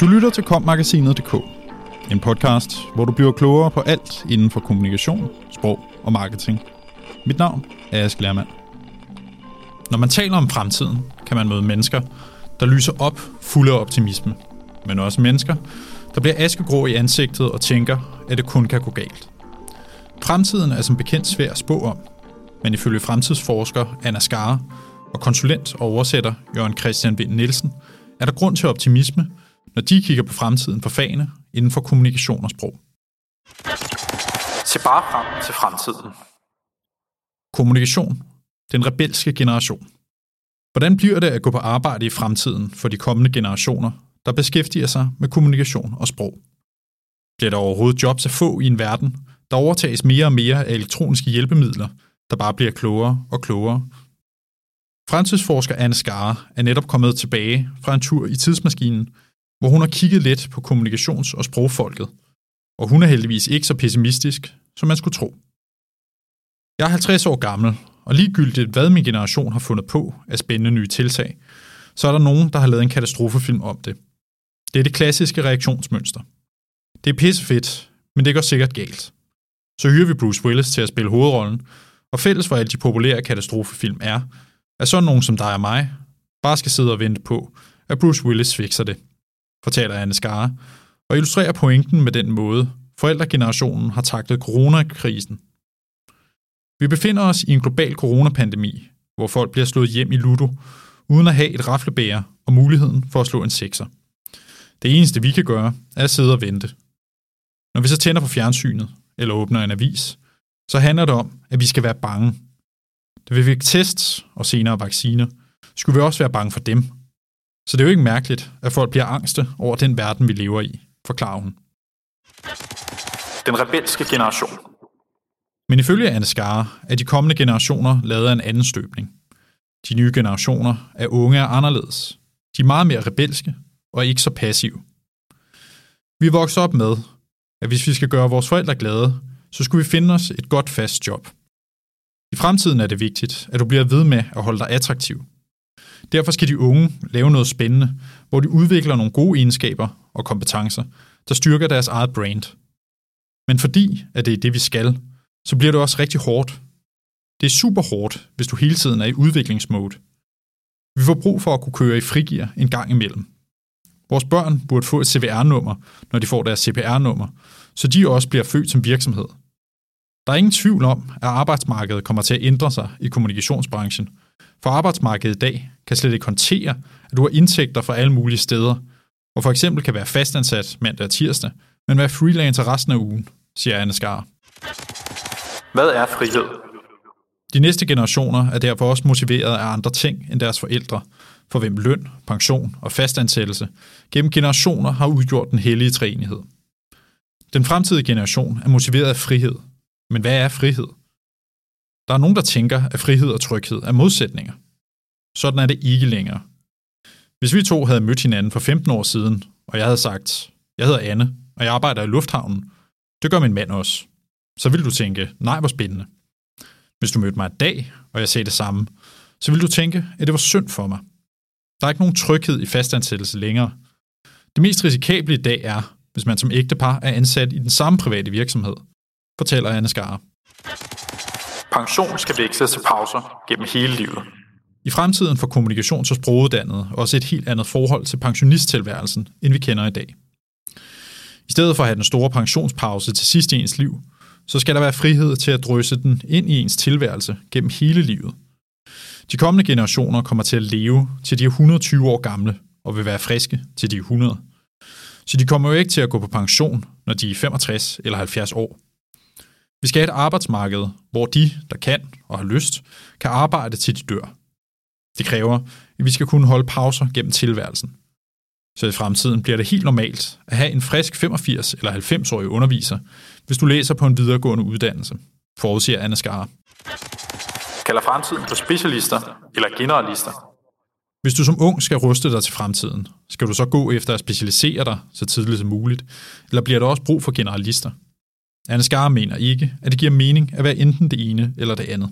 Du lytter til Kom-magasinet.dk, en podcast, hvor du bliver klogere på alt inden for kommunikation, sprog og marketing. Mit navn er Aske Lermand. Når man taler om fremtiden, kan man møde mennesker, der lyser op fulde af optimisme, men også mennesker, der bliver askegrå i ansigtet og tænker, at det kun kan gå galt. Fremtiden er som bekendt svær at spå om, men ifølge fremtidsforsker Anna Skare og konsulent og oversætter Jørgen Christian Vind Nielsen, er der grund til optimisme, når de kigger på fremtiden for fagene inden for kommunikation og sprog. Se bare frem til fremtiden. Kommunikation. Den rebelske generation. Hvordan bliver det at gå på arbejde i fremtiden for de kommende generationer, der beskæftiger sig med kommunikation og sprog? Bliver der overhovedet jobs at få i en verden, der overtages mere og mere af elektroniske hjælpemidler, der bare bliver klogere og klogere? Fremtidsforsker Anna Skare er netop kommet tilbage fra en tur i tidsmaskinen, hvor hun har kigget lidt på kommunikations- og sprogfolket, og hun er heldigvis ikke så pessimistisk, som man skulle tro. Jeg er 50 år gammel, og ligegyldigt hvad min generation har fundet på af spændende nye tiltag, så er der nogen, der har lavet en katastrofefilm om det. Det er det klassiske reaktionsmønster. Det er pissefedt, men det går sikkert galt. Så hyrer vi Bruce Willis til at spille hovedrollen, og fælles for alle de populære katastrofefilm er, at sådan nogen som dig og mig bare skal sidde og vente på, at Bruce Willis fikser det, fortæller Anna Skare, og illustrerer pointen med den måde, forældregenerationen har taklet coronakrisen. Vi befinder os i en global coronapandemi, hvor folk bliver slået hjem i ludo, uden at have et raflebæger og muligheden for at slå en sekser. Det eneste vi kan gøre, er at sidde og vente. Når vi så tænder på fjernsynet, eller åbner en avis, så handler det om, at vi skal være bange. Da vi fik tests og senere vacciner, skulle vi også være bange for dem. Så det er jo ikke mærkeligt, at folk bliver angste over den verden, vi lever i, forklarer hun. Den rebelske generation. Men ifølge Anna Skare er de kommende generationer lavet af en anden støbning. De nye generationer af unge er anderledes. De er meget mere rebelske og ikke så passive. Vi er vokset op med, at hvis vi skal gøre vores forældre glade, så skulle vi finde os et godt fast job. I fremtiden er det vigtigt, at du bliver ved med at holde dig attraktiv. Derfor skal de unge lave noget spændende, hvor de udvikler nogle gode egenskaber og kompetencer, der styrker deres eget brand. Men fordi at det er det, vi skal, så bliver det også rigtig hårdt. Det er super hårdt, hvis du hele tiden er i udviklingsmode. Vi får brug for at kunne køre i frigear en gang imellem. Vores børn burde få et CVR-nummer, når de får deres CPR-nummer, så de også bliver født som virksomhed. Der er ingen tvivl om, at arbejdsmarkedet kommer til at ændre sig i kommunikationsbranchen, for arbejdsmarkedet i dag kan slet ikke håndtere, at du har indtægter fra alle mulige steder, og for eksempel kan være fastansat mandag og tirsdag, men være freelancer resten af ugen, siger Anna Skare. Hvad er frihed? De næste generationer er derfor også motiveret af andre ting end deres forældre, for hvem løn, pension og fastansættelse gennem generationer har udgjort den hellige treenighed. Den fremtidige generation er motiveret af frihed. Men hvad er frihed? Der er nogen, der tænker, at frihed og tryghed er modsætninger. Sådan er det ikke længere. Hvis vi to havde mødt hinanden for 15 år siden, og jeg havde sagt, jeg hedder Anne, og jeg arbejder i lufthavnen, det gør min mand også, så ville du tænke, nej, hvor spændende. Hvis du mødte mig i dag, og jeg sagde det samme, så ville du tænke, at det var synd for mig. Der er ikke nogen tryghed i fastansættelse længere. Det mest risikable i dag er, hvis man som ægtepar er ansat i den samme private virksomhed, fortæller Anna Skare. Pension skal veksles til pauser gennem hele livet. I fremtiden får kommunikations- og sproguddannede også et helt andet forhold til pensionisttilværelsen, end vi kender i dag. I stedet for at have den store pensionspause til sidst i ens liv, så skal der være frihed til at drysse den ind i ens tilværelse gennem hele livet. De kommende generationer kommer til at leve til de er 120 år gamle og vil være friske til de er 100. Så de kommer jo ikke til at gå på pension, når de er 65 eller 70 år. Vi skal have et arbejdsmarked, hvor de, der kan og har lyst, kan arbejde til de dør. Det kræver, at vi skal kunne holde pauser gennem tilværelsen. Så i fremtiden bliver det helt normalt at have en frisk 85 eller 90-årig underviser, hvis du læser på en videregående uddannelse, forudsiger Anna Skare. Kalder fremtiden på specialister eller generalister? Hvis du som ung skal ruste dig til fremtiden, skal du så gå efter at specialisere dig så tidligt som muligt, eller bliver der også brug for generalister? Anna Skare mener ikke, at det giver mening at være enten det ene eller det andet.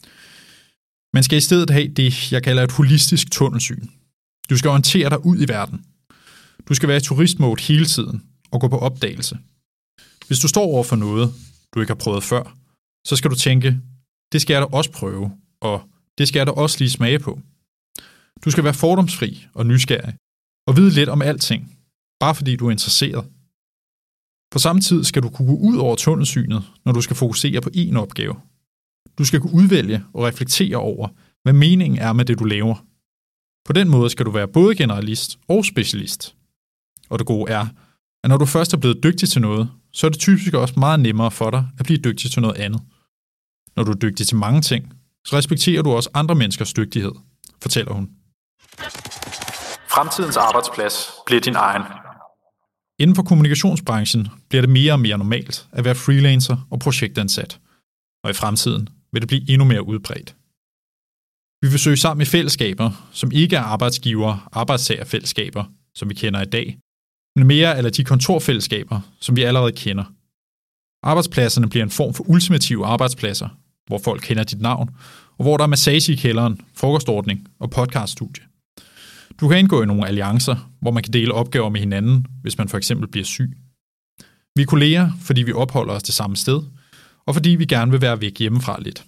Man skal i stedet have det, jeg kalder et holistisk tunnelsyn. Du skal orientere dig ud i verden. Du skal være i turistmode hele tiden og gå på opdagelse. Hvis du står over for noget, du ikke har prøvet før, så skal du tænke, det skal jeg da også prøve, og det skal jeg da også lige smage på. Du skal være fordomsfri og nysgerrig, og vide lidt om alting, bare fordi du er interesseret. På samme tid skal du kunne gå ud over tunnelsynet, når du skal fokusere på én opgave. Du skal kunne udvælge og reflektere over, hvad meningen er med det, du laver. På den måde skal du være både generalist og specialist. Og det gode er, at når du først er blevet dygtig til noget, så er det typisk også meget nemmere for dig at blive dygtig til noget andet. Når du er dygtig til mange ting, så respekterer du også andre menneskers dygtighed, fortæller hun. Fremtidens arbejdsplads bliver din egen. Inden for kommunikationsbranchen bliver det mere og mere normalt at være freelancer og projektansat, og i fremtiden vil det blive endnu mere udbredt. Vi vil søge sammen i fællesskaber, som ikke er arbejdstagerfællesskaber, som vi kender i dag, men mere eller de kontorfællesskaber, som vi allerede kender. Arbejdspladserne bliver en form for ultimative arbejdspladser, hvor folk kender dit navn, og hvor der er massage i kælderen, frokostordning og podcaststudie. Du kan indgå i nogle alliancer, hvor man kan dele opgaver med hinanden, hvis man for eksempel bliver syg. Vi er kolleger, fordi vi opholder os det samme sted, og fordi vi gerne vil være væk hjemmefra lidt.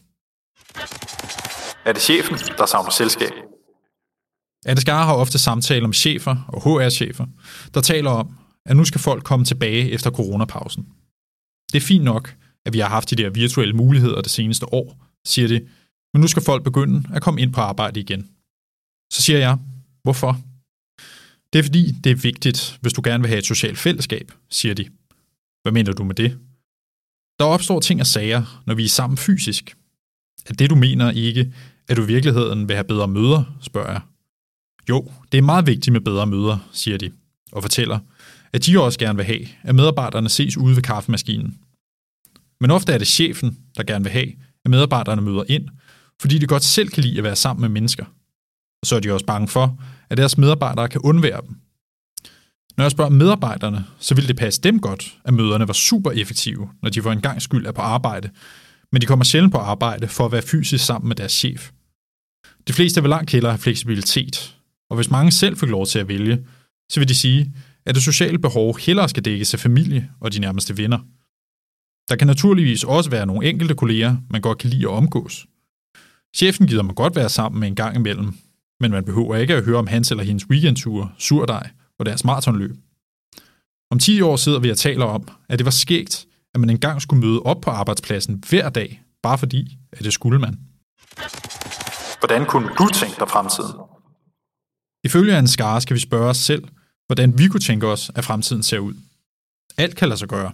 Er det chefen, der savner selskab? Anne Skare har ofte samtaler med chefer og HR-chefer, der taler om, at nu skal folk komme tilbage efter coronapausen. Det er fint nok, at vi har haft de der virtuelle muligheder det seneste år, siger de, men nu skal folk begynde at komme ind på arbejde igen. Så siger jeg, hvorfor? Det er fordi, det er vigtigt, hvis du gerne vil have et socialt fællesskab, siger de. Hvad mener du med det? Der opstår ting og sager, når vi er sammen fysisk. Er det, du mener ikke, at du i virkeligheden vil have bedre møder, spørger jeg. Jo, det er meget vigtigt med bedre møder, siger de, og fortæller, at de også gerne vil have, at medarbejderne ses ude ved kaffemaskinen. Men ofte er det chefen, der gerne vil have, at medarbejderne møder ind, fordi de godt selv kan lide at være sammen med mennesker. Og så er de også bange for, at deres medarbejdere kan undvære dem. Når jeg spørger medarbejderne, så vil det passe dem godt, at møderne var super effektive, når de for en gang skyld er på arbejde, men de kommer sjældent på arbejde for at være fysisk sammen med deres chef. De fleste vil langt hellere have fleksibilitet, og hvis mange selv fik lov til at vælge, så vil de sige, at det sociale behov hellere skal dækkes af familie og de nærmeste venner. Der kan naturligvis også være nogle enkelte kolleger, man godt kan lide at omgås. Chefen gider man godt være sammen med en gang imellem, men man behøver ikke at høre om hans eller hendes weekendture, surdej og deres maratonløb. Om 10 år sidder vi og taler om, at det var skægt, at man engang skulle møde op på arbejdspladsen hver dag, bare fordi, at det skulle man. Hvordan kunne du tænke dig fremtiden? Ifølge Anne Skare skal vi spørge os selv, hvordan vi kunne tænke os, at fremtiden ser ud. Alt kan lade sig gøre.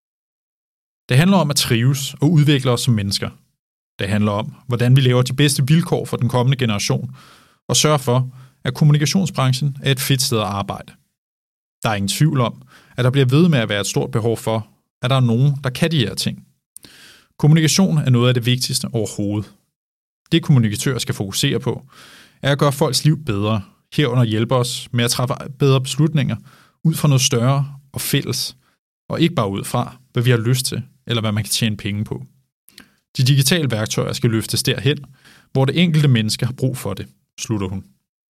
Det handler om at trives og udvikle os som mennesker. Det handler om, hvordan vi laver de bedste vilkår for den kommende generation, og sørger for, at kommunikationsbranchen er et fedt sted at arbejde. Der er ingen tvivl om, at der bliver ved med at være et stort behov for, at der er nogen, der kan de her ting. Kommunikation er noget af det vigtigste overhovedet. Det kommunikatører skal fokusere på, er at gøre folks liv bedre, herunder hjælpe os med at træffe bedre beslutninger ud fra noget større og fælles, og ikke bare ud fra, hvad vi har lyst til, eller hvad man kan tjene penge på. De digitale værktøjer skal løftes derhen, hvor det enkelte menneske har brug for det, slutter hun.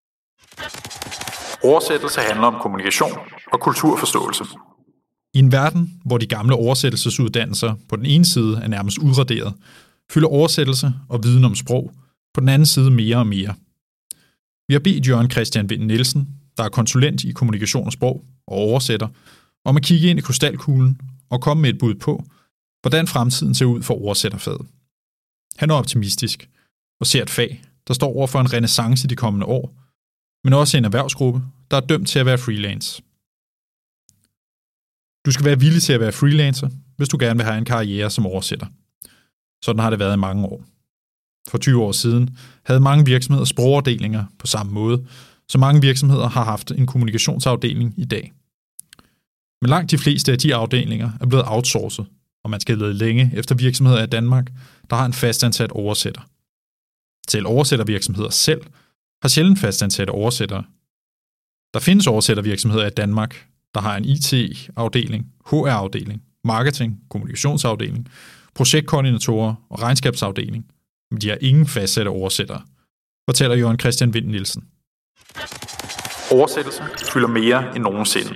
Oversættelse handler om kommunikation og kulturforståelse. I en verden, hvor de gamle oversættelsesuddannelser på den ene side er nærmest udraderet, fylder oversættelse og viden om sprog på den anden side mere og mere. Vi har bedt Jørgen Christian Vind Nielsen, der er konsulent i kommunikation og sprog og oversætter, om at kigge ind i krystalkuglen og komme med et bud på, hvordan fremtiden ser ud for oversætterfaget. Han er optimistisk og ser et fag, der står over for en renæssance de kommende år, men også en erhvervsgruppe, der er dømt til at være freelance. Du skal være villig til at være freelancer, hvis du gerne vil have en karriere som oversætter. Sådan har det været i mange år. For 20 år siden havde mange virksomheder sprogafdelinger på samme måde, så mange virksomheder har haft en kommunikationsafdeling i dag. Men langt de fleste af de afdelinger er blevet outsourcet, og man skal lede længe efter virksomheder i Danmark, der har en fastansat oversætter. Selv oversættervirksomheder selv har sjældent fastansatte oversættere. Der findes oversættervirksomheder i Danmark, der har en IT-afdeling, HR-afdeling, marketing, kommunikationsafdeling, projektkoordinatorer og regnskabsafdeling, men de har ingen fastsatte oversættere, fortæller Jørgen Christian Vind Nielsen. Oversættelse fylder mere end nogensinde.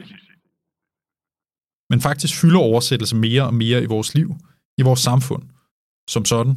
Men faktisk fylder oversættelse mere og mere i vores liv, i vores samfund, som sådan.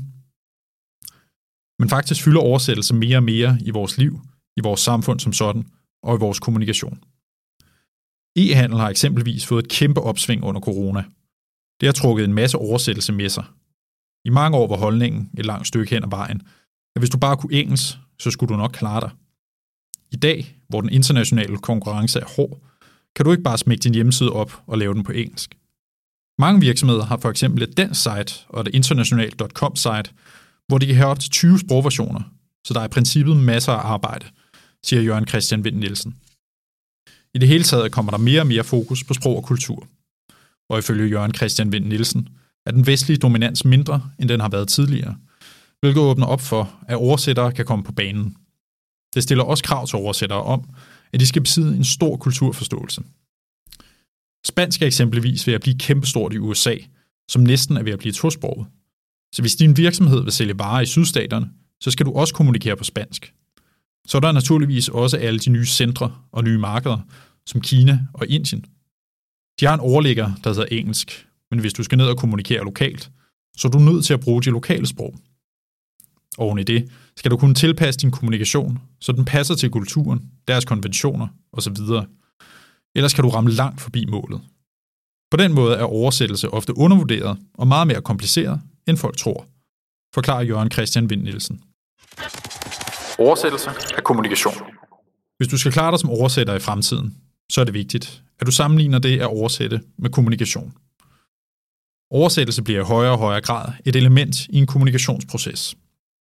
Men faktisk fylder oversættelse mere og mere i vores liv, i vores samfund som sådan, og i vores kommunikation. E-handel har eksempelvis fået et kæmpe opsving under corona. Det har trukket en masse oversættelse med sig. I mange år var holdningen et langt stykke hen ad vejen, at hvis du bare kunne engelsk, så skulle du nok klare dig. I dag, hvor den internationale konkurrence er hård, kan du ikke bare smække din hjemmeside op og lave den på engelsk. Mange virksomheder har for eksempel et dansk site og et international.com site, hvor de kan have op til 20 sprogversioner, så der er i princippet masser af arbejde, siger Jørgen Christian Vind Nielsen. I det hele taget kommer der mere og mere fokus på sprog og kultur. Og ifølge Jørgen Christian Vind Nielsen er den vestlige dominans mindre, end den har været tidligere, hvilket åbner op for, at oversættere kan komme på banen. Det stiller også krav til oversættere om, at de skal besidde en stor kulturforståelse. Spansk er eksempelvis ved at blive kæmpestort i USA, som næsten er ved at blive tosproget. Så hvis din virksomhed vil sælge varer i sydstaterne, så skal du også kommunikere på spansk. Så er der naturligvis også alle de nye centre og nye markeder, som Kina og Indien. De har en overligger, der hedder engelsk, men hvis du skal ned og kommunikere lokalt, så er du nødt til at bruge de lokale sprog. Oven i det skal du kunne tilpasse din kommunikation, så den passer til kulturen, deres konventioner osv. Ellers kan du ramme langt forbi målet. På den måde er oversættelse ofte undervurderet og meget mere kompliceret, end folk tror, forklarer Jørgen Christian Vind Nielsen. Oversættelse er kommunikation. Hvis du skal klare dig som oversætter i fremtiden, så er det vigtigt, at du sammenligner det at oversætte med kommunikation. Oversættelse bliver i højere og højere grad et element i en kommunikationsproces.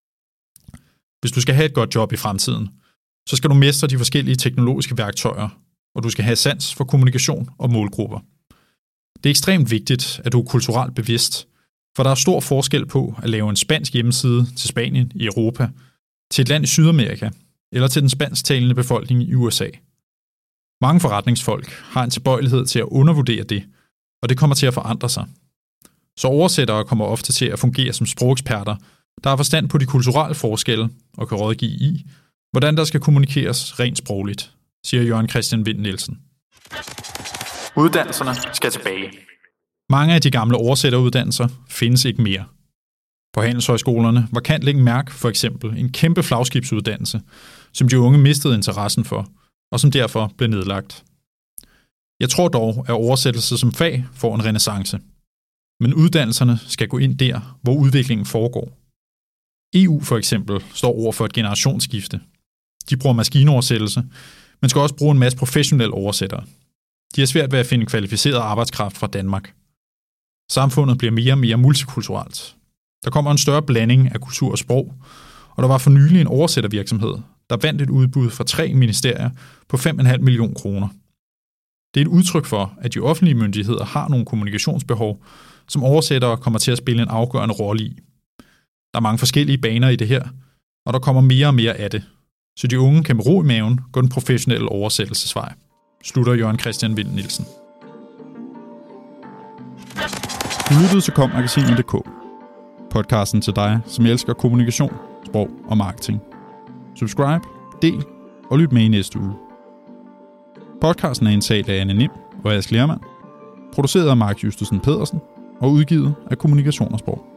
Hvis du skal have et godt job i fremtiden, så skal du mestre de forskellige teknologiske værktøjer, og du skal have sans for kommunikation og målgrupper. Det er ekstremt vigtigt, at du er kulturelt bevidst, for der er stor forskel på at lave en spansk hjemmeside til Spanien i Europa, til et land i Sydamerika eller til den spansktalende befolkning i USA. Mange forretningsfolk har en tilbøjelighed til at undervurdere det, og det kommer til at forandre sig. Så oversættere kommer ofte til at fungere som sprogeksperter, der har forstand på de kulturelle forskelle og kan rådgive i, hvordan der skal kommunikeres rent sprogligt, siger Jørgen Christian Vind Nielsen. Uddannelserne skal tilbage. Mange af de gamle oversætteruddannelser findes ikke mere. På handelshøjskolerne var Candling Mærk for eksempel en kæmpe flagskibsuddannelse, som de unge mistede interessen for, og som derfor blev nedlagt. Jeg tror dog, at oversættelse som fag får en renæssance. Men uddannelserne skal gå ind der, hvor udviklingen foregår. EU for eksempel står over for et generationsskifte. De bruger maskinoversættelse, men skal også bruge en masse professionelle oversættere. De har svært ved at finde kvalificeret arbejdskraft fra Danmark. Samfundet bliver mere og mere multikulturelt. Der kommer en større blanding af kultur og sprog, og der var for nylig en oversættervirksomhed, der vandt et udbud fra 3 ministerier på 5,5 millioner kroner. Det er et udtryk for, at de offentlige myndigheder har nogle kommunikationsbehov, som oversættere kommer til at spille en afgørende rolle i. Der er mange forskellige baner i det her, og der kommer mere og mere af det, så de unge kan med ro i maven gå den professionelle oversættelsesvej, slutter Jørgen Christian Vind Nielsen. Du lyttede til kommagasinet.dk, podcasten til dig, som elsker kommunikation, sprog og marketing. Subscribe, del og lyt med i næste uge. Podcasten er indtalt af Anne Nim og Ask Lermand, produceret af Mark Justesen Pedersen og udgivet af Kommunikation og Sprog.